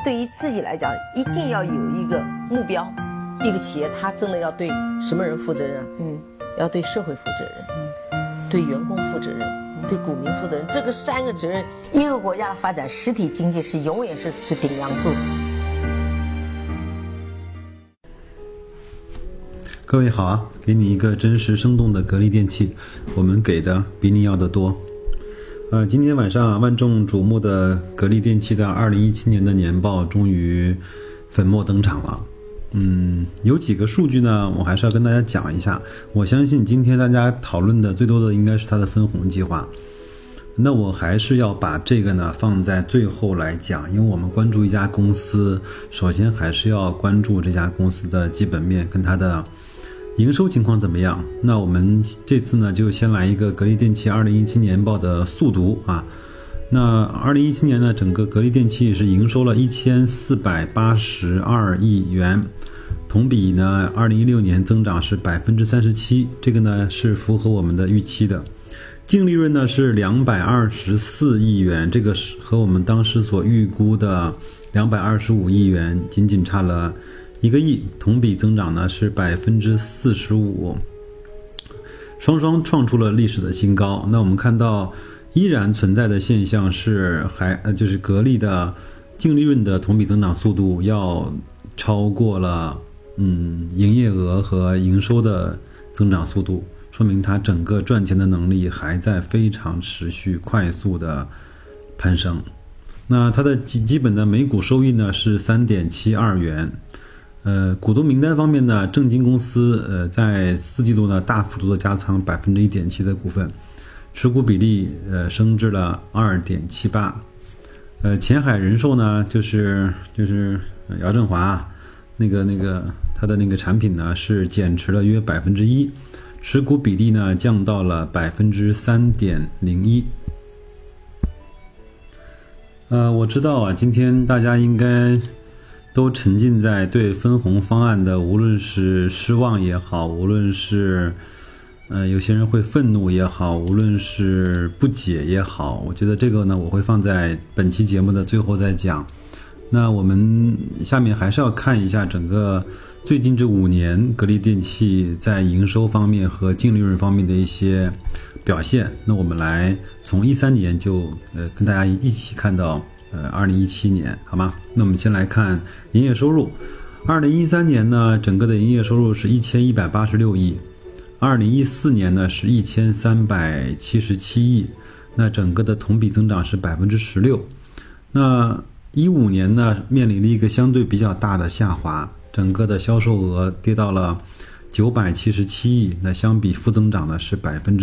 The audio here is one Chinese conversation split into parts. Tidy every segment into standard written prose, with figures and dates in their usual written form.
对于自己来讲，一定要有一个目标。一个企业，它真的要对什么人负责任？要对社会负责任，对员工负责任，对股民负责任。这个3个责任，一个国家的发展，实体经济是永远是顶梁柱。 各位好啊，给你一个真实生动的格力电器，我们给的比你要的多。今天晚上万众瞩目的格力电器的2017年的年报终于粉墨登场了。有几个数据呢，我还是要跟大家讲一下。我相信今天大家讨论的最多的应该是它的分红计划。那我还是要把这个呢放在最后来讲，因为我们关注一家公司，首先还是要关注这家公司的基本面跟它的营收情况怎么样。那我们这次呢就先来一个格力电器2017年报的速读啊。那2017年呢，整个格力电器是营收了1482亿元，同比呢2016年增长是37%，这个呢是符合我们的预期的。净利润呢是224亿元，这个是和我们当时所预估的225亿元仅仅差了1个亿，同比增长呢是45%，双双创出了历史的新高。那我们看到依然存在的现象是就是格力的净利润的同比增长速度要超过了营业额和营收的增长速度，说明它整个赚钱的能力还在非常持续快速的攀升。那它的基本的每股收益呢是 3.72 元。股东名单方面呢，正金公司在4季度呢大幅度的加仓 1.7% 的股份，持股比例升至了 2.78%。前海人寿呢就是姚振华那个他的那个产品呢是减持了约 1%， 持股比例呢降到了 3.01%。我知道啊，今天大家应该都沉浸在对分红方案的无论是失望也好，无论是有些人会愤怒也好，无论是不解也好，我觉得这个呢我会放在本期节目的最后再讲。那我们下面还是要看一下整个最近这5年格力电器在营收方面和净利润方面的一些表现。那我们来从13年就跟大家一起看到2017年，好吗？那我们先来看营业收入。2013年呢，整个的营业收入是1186亿。2014年呢是1377亿，那整个的同比增长是 16%。那15年呢面临了一个相对比较大的下滑，整个的销售额跌到了977亿，那相比负增长呢是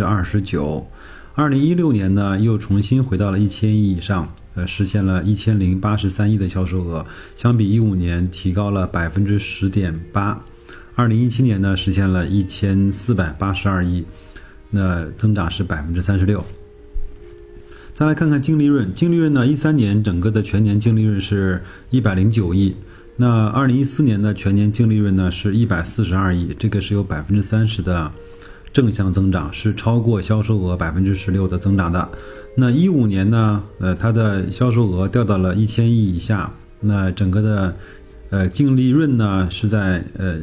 29%。2016年呢又重新回到了1000亿以上，实现了1083亿的销售额，相比15年提高了 10.8%。2017年呢实现了1482亿，那增长是 36%。 再来看看净利润。净利润呢13年整个的全年净利润是109亿，那2014年的全年净利润呢是142亿，这个是有 30% 的正向增长，是超过销售额 16% 的增长的。那15年呢它的销售额掉到了1000亿以下，那整个的净利润呢是在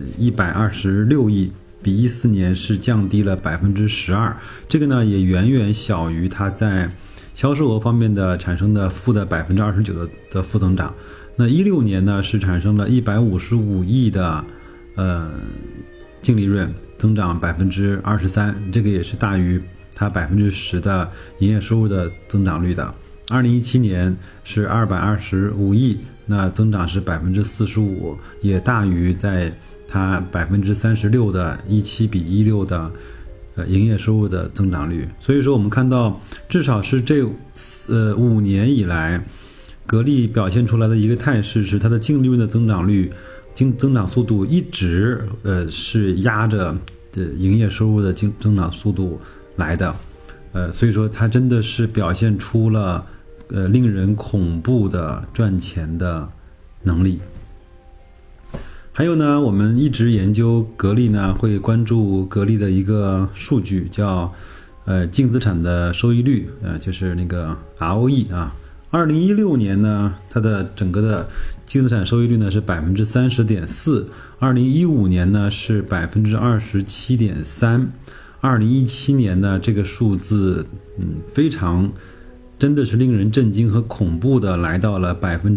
126亿，比14年是降低了 12%， 这个呢也远远小于它在销售额方面的产生的负的 29% 的负增长。那16年呢是产生了155亿的净利润，增长 23%， 这个也是大于它 10% 的营业收入的增长率的。2017年是225亿，那增长是 45%， 也大于在它 36% 的17比16的营业收入的增长率。所以说我们看到至少是这5年以来格力表现出来的一个态势是它的净利润的增长率增长速度一直是压着营业收入的增长速度来的。所以说它真的是表现出了令人恐怖的赚钱的能力。还有呢，我们一直研究格力呢，会关注格力的一个数据叫净资产的收益率，就是那个 ROE 啊 2016年呢，它的整个的净资产收益率呢是 30.4%， 2015年呢是 27.3%， 2017年呢这个数字非常真的是令人震惊和恐怖的来到了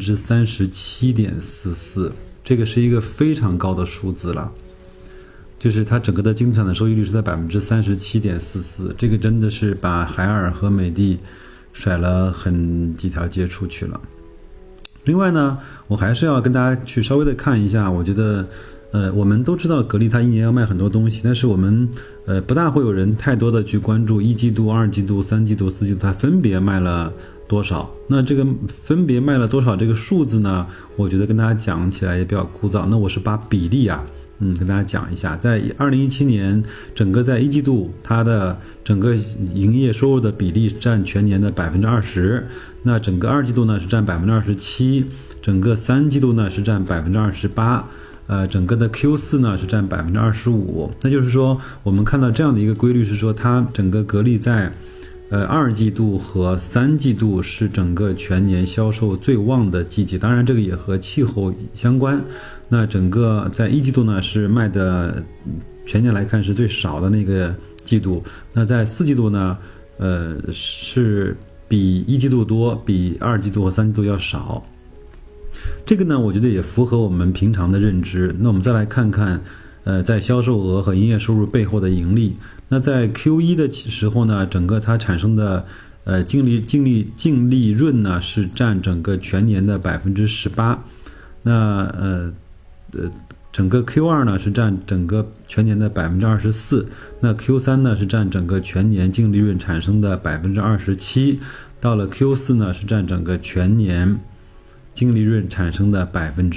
37.44%， 这个是一个非常高的数字了，就是它整个的净资产的收益率是在 37.44%， 这个真的是把海尔和美的甩了几条街出去了。另外呢，我还是要跟大家去稍微的看一下，我觉得我们都知道格力它一年要卖很多东西，但是我们不大会有人太多的去关注一季度、二季度、三季度、四季度它分别卖了多少。那这个分别卖了多少这个数字呢，我觉得跟大家讲起来也比较枯燥，那我是把比例跟大家讲一下，在2017年整个在一季度它的整个营业收入的比例占全年的 20%， 那整个二季度呢是占 27%， 整个三季度呢是占 28%，整个的 Q4 呢是占 25%， 那就是说我们看到这样的一个规律是说，它整个格力在二季度和三季度是整个全年销售最旺的季节，当然这个也和气候相关。那整个在一季度呢是卖的全年来看是最少的那个季度，那在四季度呢是比一季度多，比二季度和三季度要少。这个呢我觉得也符合我们平常的认知。那我们再来看看在销售额和营业收入背后的盈利。那在 Q1 的时候呢，整个它产生的净利润呢是占整个全年的 18%， 那整个 Q2 呢是占整个全年的 24%， 那 Q3 呢是占整个全年净利润产生的 27%， 到了 Q4 呢是占整个全年净利润产生的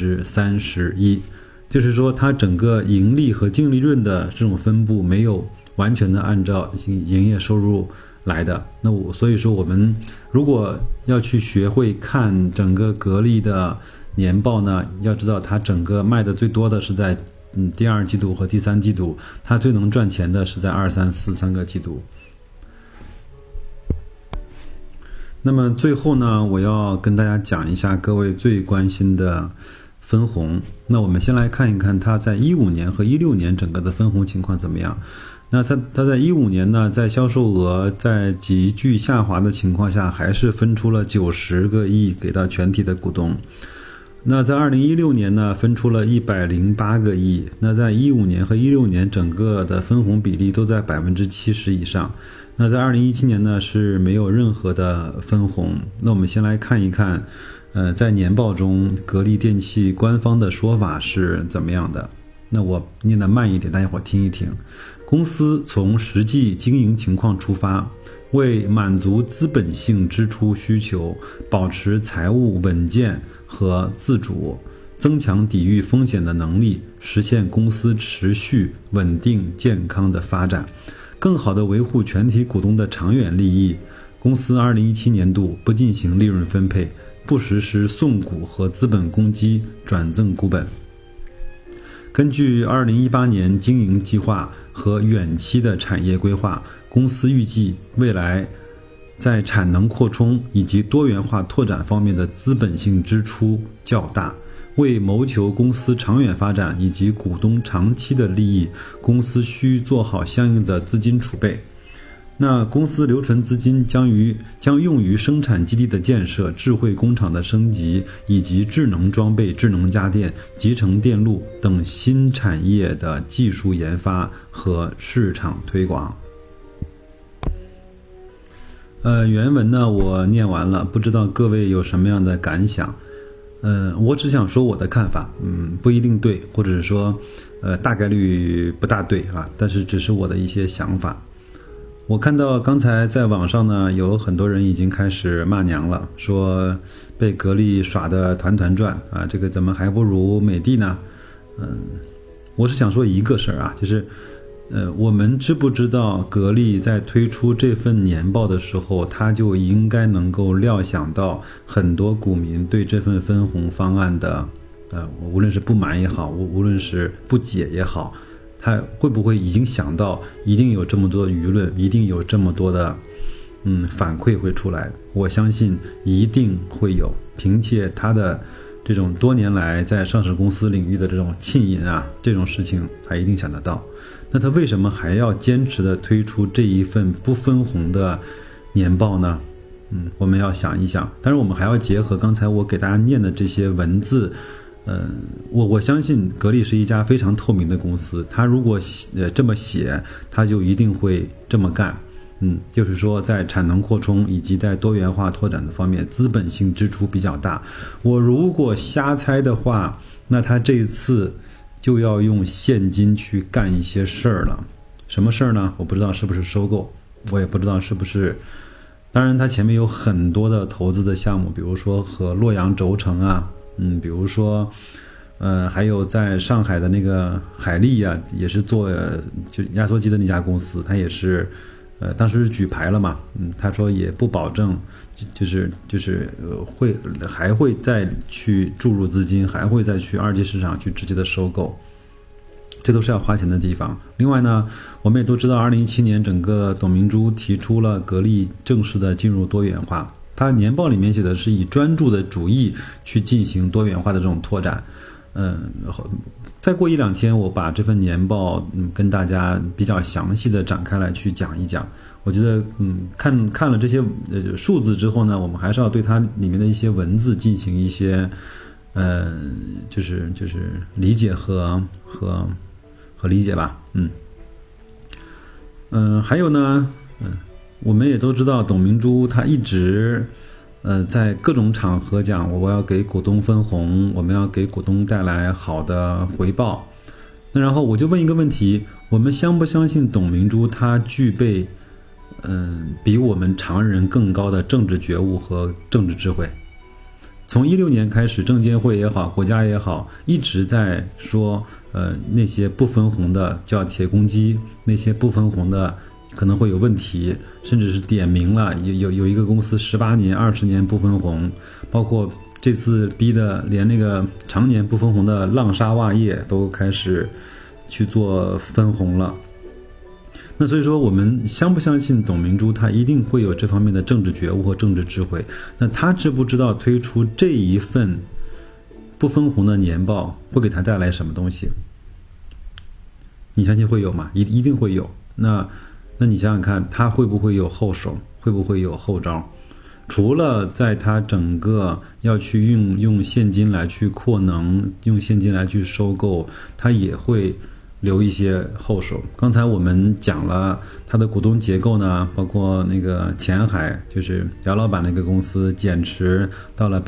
31%， 就是说它整个盈利和净利润的这种分布没有完全的按照营业收入来的。那所以说我们如果要去学会看整个格力的年报呢，要知道它整个卖的最多的是在第二季度和第三季度，它最能赚钱的是在2、3、4三个季度。那么最后呢，我要跟大家讲一下各位最关心的分红。那我们先来看一看它在15年和16年整个的分红情况怎么样。那它在15年呢，在销售额在急剧下滑的情况下，还是分出了90个亿给到全体的股东。那在2016年呢，分出了108个亿。那在15年和16年整个的分红比例都在 70% 以上。那在2017年呢是没有任何的分红。那我们先来看一看在年报中格力电器官方的说法是怎么样的。那我念得慢一点，大家伙听一听。公司从实际经营情况出发，为满足资本性支出需求，保持财务稳健和自主，增强抵御风险的能力，实现公司持续稳定健康的发展，更好地维护全体股东的长远利益。公司2017年度不进行利润分配，不实施送股和资本公积转赠股本。根据2018年经营计划和远期的产业规划，公司预计未来在产能扩充以及多元化拓展方面的资本性支出较大。为谋求公司长远发展以及股东长期的利益，公司需做好相应的资金储备。那公司留存资金将用于生产基地的建设、智慧工厂的升级，以及智能装备、智能家电、集成电路等新产业的技术研发和市场推广。原文呢我念完了，不知道各位有什么样的感想。我只想说我的看法，不一定对，或者是说大概率不大对啊，但是只是我的一些想法。我看到刚才在网上呢，有很多人已经开始骂娘了，说被格力耍得团团转啊，这个怎么还不如美的呢？我是想说一个事儿啊，就是我们知不知道格力在推出这份年报的时候，他就应该能够料想到很多股民对这份分红方案的无论是不满也好，无论是不解也好，他会不会已经想到一定有这么多舆论，一定有这么多的反馈会出来，我相信一定会有，凭借他的这种多年来在上市公司领域的这种浸淫啊，这种事情他一定想得到。那他为什么还要坚持的推出这一份不分红的年报呢？我们要想一想，但是我们还要结合刚才我给大家念的这些文字。我相信格力是一家非常透明的公司，他如果这么写，他就一定会这么干。就是说在产能扩充以及在多元化拓展的方面，资本性支出比较大。我如果瞎猜的话，那他这一次就要用现金去干一些事儿了。什么事儿呢？我不知道是不是收购，我也不知道是不是。当然，他前面有很多的投资的项目，比如说和洛阳轴承啊，比如说，还有在上海的那个海力啊，也是做就压缩机的那家公司，他也是，当时是举牌了嘛，他说也不保证，就是还会再去注入资金，还会再去二级市场去直接的收购。这都是要花钱的地方。另外呢，我们也都知道2017年整个董明珠提出了格力正式的进入多元化，他年报里面写的是以专注的主义去进行多元化的这种拓展。再过1-2天我把这份年报跟大家比较详细的展开来去讲一讲。我觉得看了这些数字之后呢，我们还是要对它里面的一些文字进行一些就是理解和理解吧。还有呢，我们也都知道董明珠她一直在各种场合讲我要给股东分红，我们要给股东带来好的回报。那然后我就问一个问题，我们相不相信董明珠她具备比我们常人更高的政治觉悟和政治智慧？从16年开始，证监会也好，国家也好，一直在说，那些不分红的叫铁公鸡，那些不分红的可能会有问题，甚至是点名了，有一个公司18年、20年不分红，包括这次逼的连那个常年不分红的浪莎袜业都开始去做分红了。那所以说，我们相不相信董明珠她一定会有这方面的政治觉悟和政治智慧？那她知不知道推出这一份不分红的年报会给她带来什么东西？你相信会有吗？一定会有。那你想想看，她会不会有后手？会不会有后招？除了在她整个要去用现金来去扩能，用现金来去收购，她也会留一些后手。刚才我们讲了它的股东结构呢，包括那个前海，就是姚老板那个公司减持到了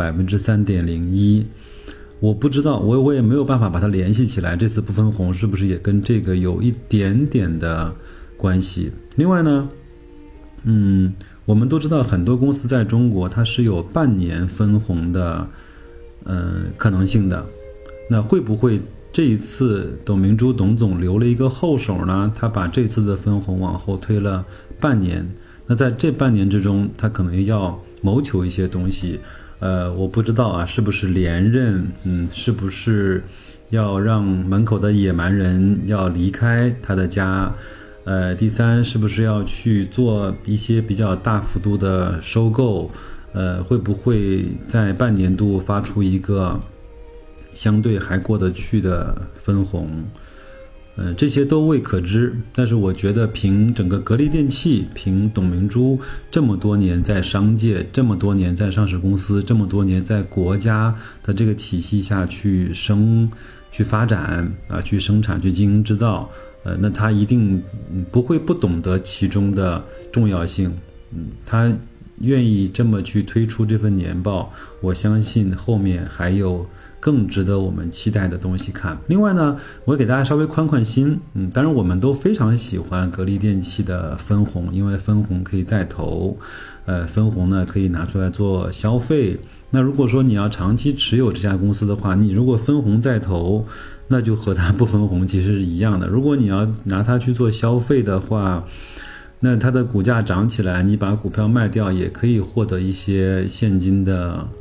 3.01%。我不知道，我也没有办法把它联系起来，这次不分红是不是也跟这个有一点点的关系？另外呢，我们都知道很多公司在中国它是有半年分红的可能性的。那会不会这一次董明珠董总留了一个后手呢？他把这次的分红往后推了半年。那在这半年之中，他可能要谋求一些东西。我不知道啊，是不是连任？是不是要让门口的野蛮人要离开他的家？第三，是不是要去做一些比较大幅度的收购？会不会在半年度发出一个相对还过得去的分红？这些都未可知。但是我觉得凭整个格力电器，凭董明珠这么多年在商界，这么多年在上市公司，这么多年在国家的这个体系下去发展啊，去生产，去经营制造，那他一定不会不懂得其中的重要性。他愿意这么去推出这份年报，我相信后面还有更值得我们期待的东西看。另外呢，我给大家稍微宽心，当然我们都非常喜欢格力电器的分红，因为分红可以再投，分红呢可以拿出来做消费。那如果说你要长期持有这家公司的话，你如果分红再投，那就和它不分红其实是一样的。如果你要拿它去做消费的话，那它的股价涨起来，你把股票卖掉也可以获得一些现金的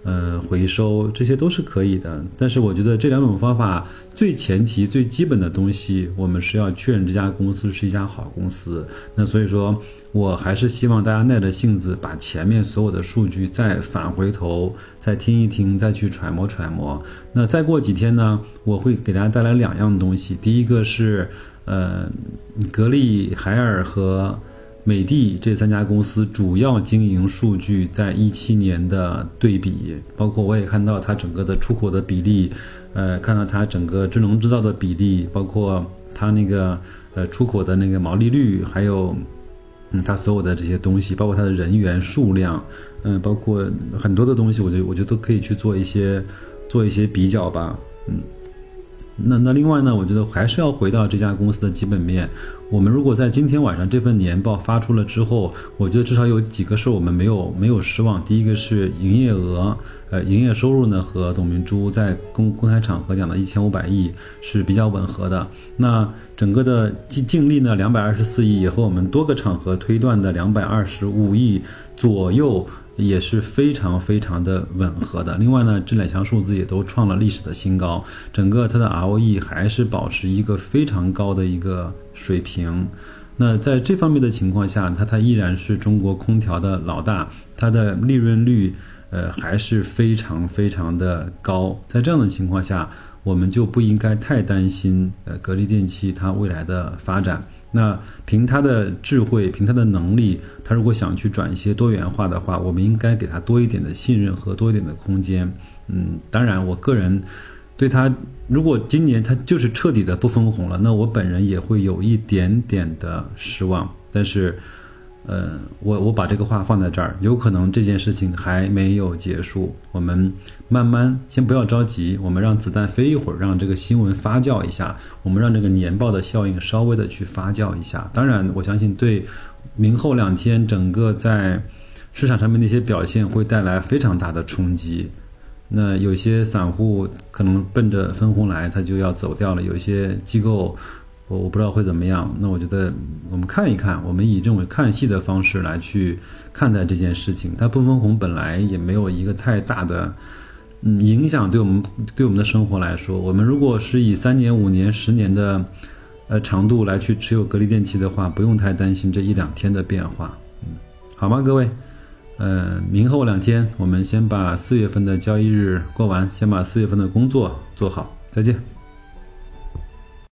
回收，这些都是可以的。但是我觉得这两种方法最前提最基本的东西，我们是要确认这家公司是一家好公司。那所以说我还是希望大家耐着性子把前面所有的数据再返回头再听一听，再去揣摩揣摩。那再过几天呢，我会给大家带来2样东西。第一个是格力、海尔和美的这3家公司主要经营数据在17年的对比，包括我也看到它整个的出口的比例，看到它整个智能制造的比例，包括它那个出口的那个毛利率，还有它所有的这些东西，包括它的人员数量，包括很多的东西，我觉得都可以去做一些比较吧，那另外呢，我觉得还是要回到这家公司的基本面。我们如果在今天晚上这份年报发出了之后，我觉得至少有几个是我们没有失望。第一个是营业额，营业收入呢和董明珠在公开场合讲的1500亿是比较吻合的。那整个的净利呢224亿，也和我们多个场合推断的225亿左右也是非常非常的吻合的。另外呢，这2项数字也都创了历史的新高，整个它的 ROE 还是保持一个非常高的一个水平。那在这方面的情况下，它依然是中国空调的老大，它的利润率还是非常非常的高。在这样的情况下，我们就不应该太担心格力电器它未来的发展。那凭他的智慧，凭他的能力，他如果想去转一些多元化的话，我们应该给他多一点的信任和多一点的空间。当然我个人对他，如果今年他就是彻底的不分红了，那我本人也会有一点点的失望。但是我把这个话放在这儿，有可能这件事情还没有结束，我们慢慢先不要着急，我们让子弹飞一会儿，让这个新闻发酵一下，我们让这个年报的效应稍微的去发酵一下。当然我相信对明后2天整个在市场上面的一些表现会带来非常大的冲击。那有些散户可能奔着分红来，他就要走掉了，有些机构我不知道会怎么样。那我觉得我们看一看，我们以这种看戏的方式来去看待这件事情。它不分红本来也没有一个太大的影响，对我们的生活来说，我们如果是以3年、5年、10年的长度来去持有格力电器的话，不用太担心这1-2天的变化。好吗，各位？明后2天我们先把4月份的交易日过完，先把4月份的工作做好。再见。